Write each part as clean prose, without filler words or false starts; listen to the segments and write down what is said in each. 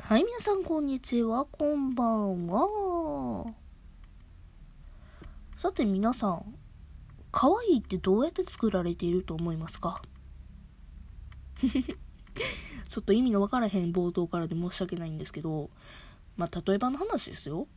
はい、皆さんこんにちは、こんばんは。さて皆さん、可愛いってどうやって作られていると思いますか？ちょっと意味のわからへん冒頭からで申し訳ないんですけど、例えばの話ですよ。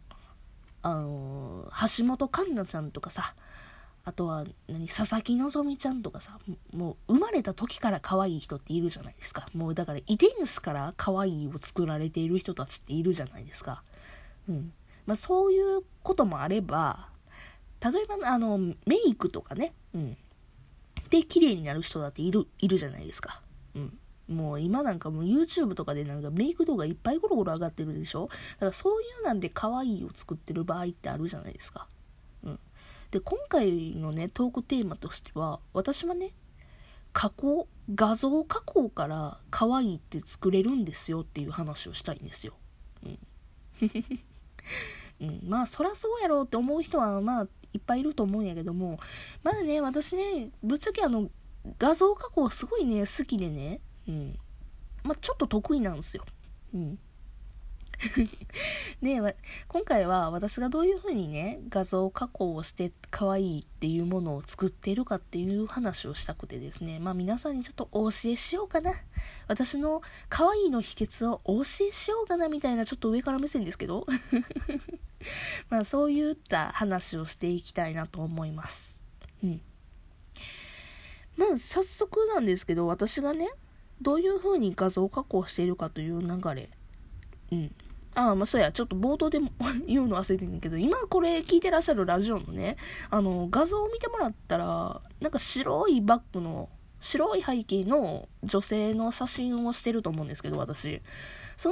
橋本環奈ちゃんとかさ、あとは佐々木希ちゃんとかさ、もう生まれた時から可愛い人っているじゃないですか。もうだから遺伝子から可愛いを作られている人たちっているじゃないですか。そういうこともあれば、例えばメイクとかね、で綺麗になる人だっているじゃないですか。もう今なんかもう YouTube とかでなんかメイク動画いっぱいゴロゴロ上がってるでしょ。だからそういうなんで可愛いを作ってる場合ってあるじゃないですか。で今回のねトークテーマとしては、私はね画像加工から可愛いって作れるんですよっていう話をしたいんですよ。そらそうやろうって思う人はいっぱいいると思うんやけども、私ねぶっちゃけ画像加工すごいね好きでね、ちょっと得意なんですよ。で、今回は私がどういう風にね画像加工をして可愛いっていうものを作っているかっていう話をしたくてですね、皆さんにちょっとお教えしようかな、私の可愛いの秘訣をお教えしようかなみたいな、ちょっと上から目線ですけどそういった話をしていきたいなと思います。早速なんですけど、私がねどういう風に画像加工しているかという流れ、そうや、ちょっと冒頭でも言うの忘れてんけど、今これ聞いてらっしゃるラジオのね画像を見てもらったら、なんか白いバッグの白い背景の女性の写真をしてると思うんですけど、私その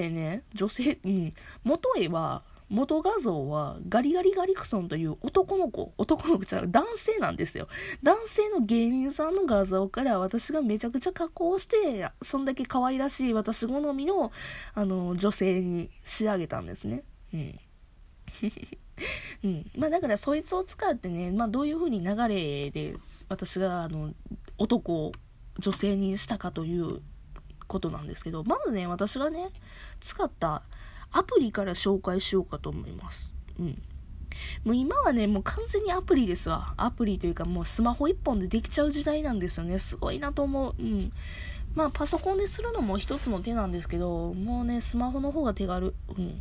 元画像はガリガリガリクソンという男の子じゃない、男性なんですよ。男性の芸人さんの画像から私がめちゃくちゃ加工して、そんだけ可愛らしい私好みの女性に仕上げたんですね。だからそいつを使ってね、どういう風に流れで私が女性にしたかということなんですけど、まずね私がね使ったアプリから紹介しようかと思います。もう今はねもう完全にアプリですわ。アプリというかもうスマホ一本でできちゃう時代なんですよね。すごいなと思う。パソコンでするのも一つの手なんですけど、もうねスマホの方が手軽。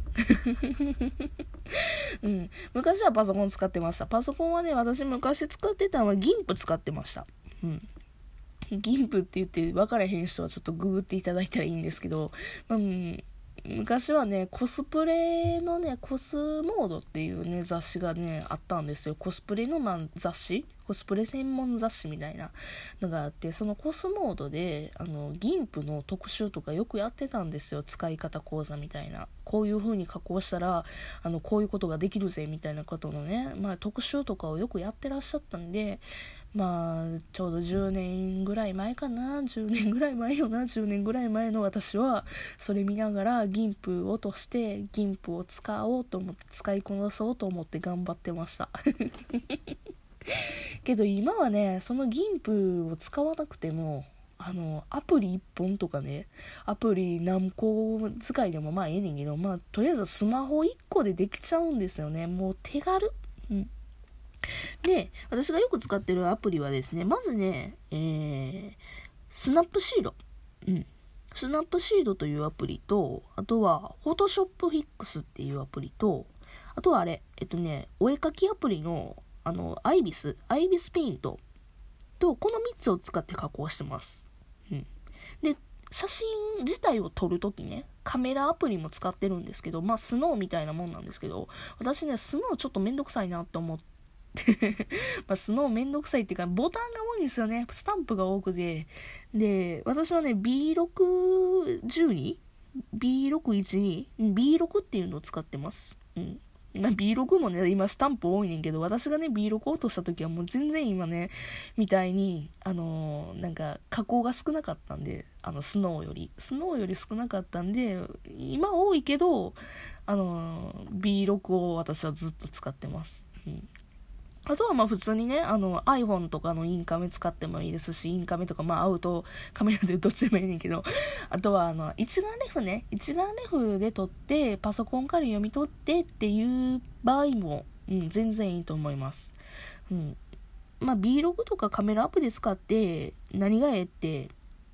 昔はパソコン使ってました。パソコンはね私昔使ってたのはGIMP使ってました。GIMPって言って分からへん人はちょっとググっていただいたらいいんですけど、昔はねコスプレのねコスモードっていうね雑誌がねあったんですよ。コスプレの雑誌、コスプレ専門雑誌みたいなのがあって、そのコスモードでGIMPの特集とかよくやってたんですよ。使い方講座みたいな、こういう風に加工したらこういうことができるぜみたいなことのね、特集とかをよくやってらっしゃったんで、ちょうど10年ぐらい前かな、10年ぐらい前よな、10年ぐらい前の私はそれ見ながらGIMPを落として GIMPを使おうと思って、使いこなそうと思って頑張ってましたけど今はねその GIMP を使わなくてもアプリ1本とかね、アプリ何個使いでもええねんけど、とりあえずスマホ1個でできちゃうんですよね。もう手軽。で、私がよく使ってるアプリはですね、まずね、スナップシード。スナップシードというアプリと、あとは、フォトショップフィックスっていうアプリと、あとはお絵かきアプリの、アイビスペイントと、この3つを使って加工してます。で、写真自体を撮るときね、カメラアプリも使ってるんですけど、スノーみたいなもんなんですけど、私ね、スノーちょっとめんどくさいなと思って、スノーめんどくさいっていうかボタンが多いんですよね。スタンプが多くて、で私はね B612B612B6 っていうのを使ってます。B6 もね今スタンプ多いねんけど、私がね B6 落とした時はもう全然今ねみたいになんか加工が少なかったんで、スノーより少なかったんで、今多いけどB6 を私はずっと使ってます。 あとはまあ普通にね、iPhone とかのインカメ使ってもいいですし、インカメとかまあアウトカメラでどっちでもいいねんけど、あとは一眼レフね、一眼レフで撮ってパソコンから読み取ってっていう場合も、全然いいと思います。まあ Vlog とかカメラアプリ使って何がええって、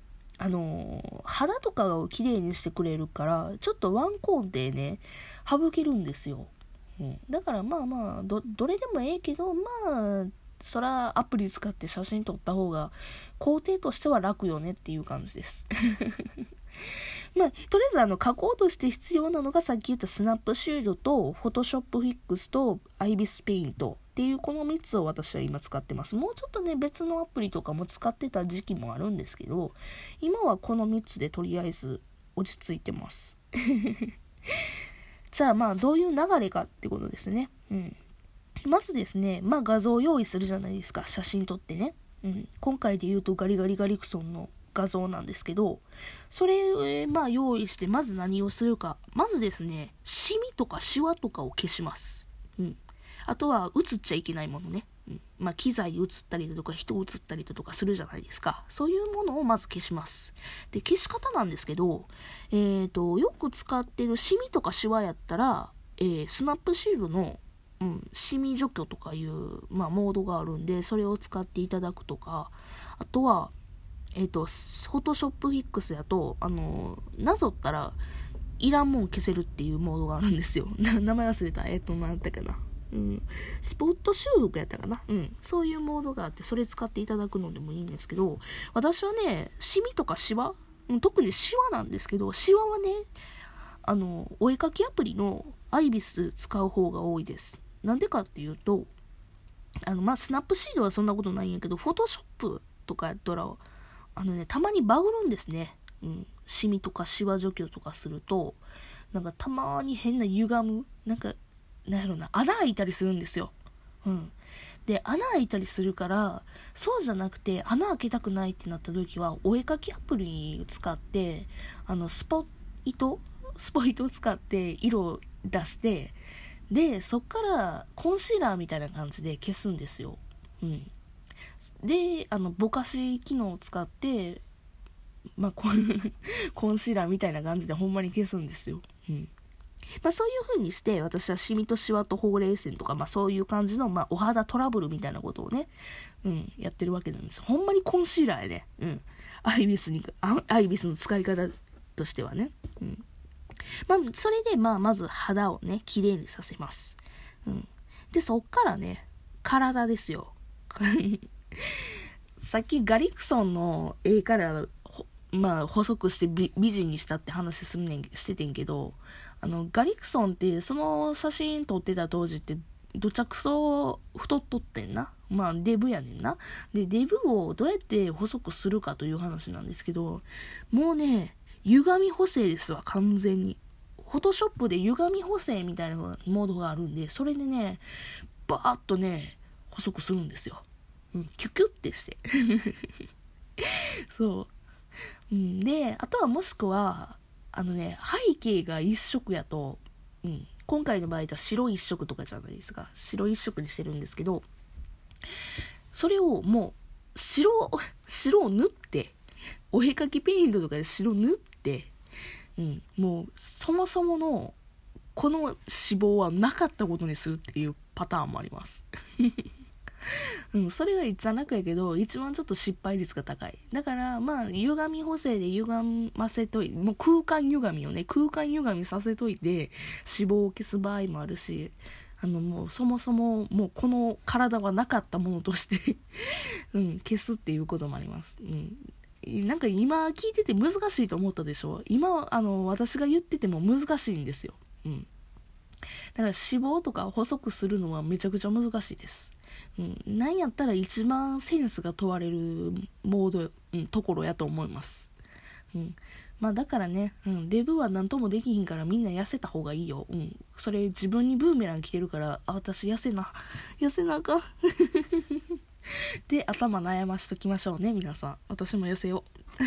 肌とかをきれいにしてくれるから、ちょっとワン工程ね、省けるんですよ。だからまあまあどれでもええけど、まあそらアプリ使って写真撮った方が工程としては楽よねっていう感じですまあとりあえず加工として必要なのがさっき言ったスナップシールドとフォトショップフィックスとアイビスペイントっていうこの3つを私は今使ってます。もうちょっとね別のアプリとかも使ってた時期もあるんですけど、今はこの3つでとりあえず落ち着いてますじゃあまあどういう流れかってことですね。まずですね、まあ画像を用意するじゃないですか、写真撮ってね。今回で言うとガリガリガリクソンの画像なんですけど、それまあ用意してまず何をするか。まずですね、シミとかシワとかを消します。あとは映っちゃいけないものね。まあ機材映ったりだとか人映ったりだとかするじゃないですか。そういうものをまず消します。で、消し方なんですけど、よく使ってるシミとかシワやったら、スナップシールドの、シミ除去とかいう、まあ、モードがあるんで、それを使っていただくとか、あとは、フォトショップフィックスやと、なぞったら、いらんもん消せるっていうモードがあるんですよ。名前忘れた。なんだっけな。スポット修復やったかな。そういうモードがあって、それ使っていただくのでもいいんですけど、私はね、シミとかシワ、特にシワなんですけど、シワはね、お絵かきアプリのアイビス使う方が多いです。なんでかっていうと、まあ、スナップシードはそんなことないんやけど、フォトショップとかやったら、たまにバグるんですね。シミとかシワ除去とかすると、なんかたまに変な歪む、なんやろな、穴開いたりするんですよ。で、穴開いたりするから、そうじゃなくて、穴開けたくないってなった時は、お絵かきアプリを使って、スポイトを使って色を出して、で、そっからコンシーラーみたいな感じで消すんですよ。で、ぼかし機能を使って、まあ、コンシーラーみたいな感じでほんまに消すんですよ。まあ、そういう風にして私はシミとシワとほうれい線とか、まあ、そういう感じの、まあ、お肌トラブルみたいなことをね、やってるわけなんです。ほんまにコンシーラーやね。アイビスの使い方としてはね。まあ、それで、まあ、まず肌をね、綺麗にさせます。で、そっからね、体ですよ。さっきガリクソンの絵からまあ、細くして美人にしたって話しててんけど、ガリクソンってその写真撮ってた当時ってどちゃくそ太っとってんな。まあデブやねんな。でデブをどうやって細くするかという話なんですけど、もうね歪み補正ですわ。完全にフォトショップで歪み補正みたいなモードがあるんで、それでねバーッとね細くするんですよ。キュキュってしてそう。で、あとはもしくは、背景が一色やと、今回の場合は白一色とかじゃないですか。白一色にしてるんですけど、それをもう、白を塗って、お絵かきペイントとかで白塗って、もう、そもそもの、この脂肪はなかったことにするっていうパターンもあります。それがいっちゃ楽やけど一番ちょっと失敗率が高い。だからまあ歪み補正で歪ませといて、もう空間歪みさせといて脂肪を消す場合もあるし、もうそもそももうこの体はなかったものとして消すっていうこともあります。なんか今聞いてて難しいと思ったでしょ。今私が言ってても難しいんですよ。だから脂肪とか細くするのはめちゃくちゃ難しいです。なんやったら一番センスが問われるモード、ところやと思います。まあだからね、デブは何ともできひんからみんな痩せた方がいいよ。それ自分にブーメラン来てるから、私痩せなあかんで頭悩ましときましょうね皆さん。私も痩せよう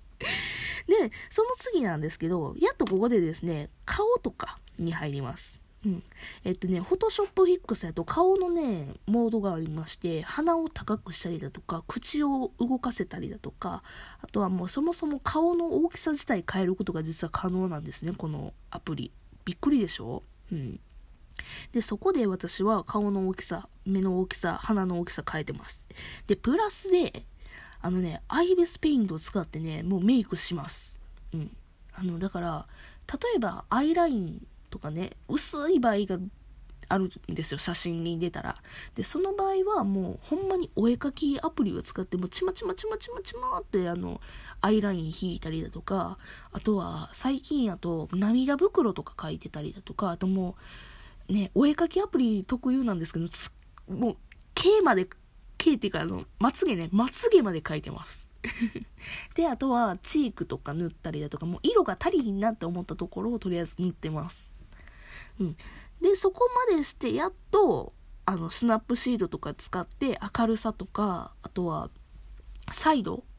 でその次なんですけど、やっとここでですね顔とかに入ります。 フォトショップフィックスやと顔のね、モードがありまして、鼻を高くしたりだとか、口を動かせたりだとか、あとはもうそもそも顔の大きさ自体変えることが実は可能なんですね、このアプリ。びっくりでしょ？で、そこで私は顔の大きさ、目の大きさ、鼻の大きさ変えてます。で、プラスで、アイビスペイントを使ってね、もうメイクします。だから、例えばアイラインとかね、薄い場合があるんですよ、写真に出たら。で、その場合はもうほんまにお絵描きアプリを使ってもチマチマってアイライン引いたりだとか、あとは最近やと涙袋とか描いてたりだとか、あともうね、お絵描きアプリ特有なんですけど、もうKっていうかまつげまで描いてますで、あとはチークとか塗ったりだとか、もう色が足りひんなって思ったところをとりあえず塗ってます。で、そこまでしてやっとスナップシードとか使って明るさとか、あとはサイド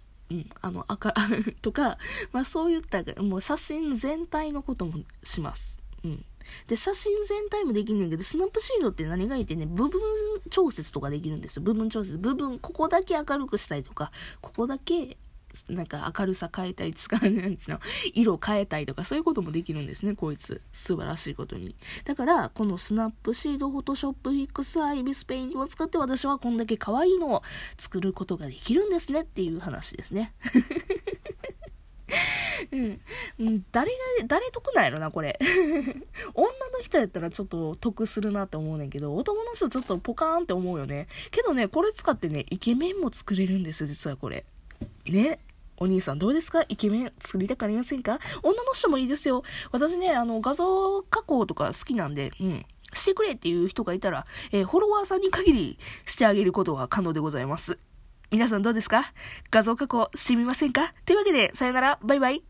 とか、そういったもう写真全体のこともします。で、写真全体もできんねんけど、スナップシードって何がいいってね、部分調節とかできるんですよ。ここだけ明るくしたりとか、ここだけなんか明るさ変えたりとか、色変えたりとか、そういうこともできるんですね、こいつ。素晴らしいことに。だから、このスナップシード、フォトショップフィックス、アイビスペイントを使って私はこんだけ可愛いのを作ることができるんですねっていう話ですね。誰得なんやろな、これ。女の人やったらちょっと得するなって思うねんけど、男の人ちょっとポカーンって思うよね。けどね、これ使ってね、イケメンも作れるんです、実はこれ。ね。お兄さんどうですか？イケメン作りたくありませんか？女の人もいいですよ。私ね、画像加工とか好きなんで、してくれっていう人がいたら、フォロワーさんに限りしてあげることが可能でございます。皆さんどうですか？画像加工してみませんか？というわけで、さよなら、バイバイ。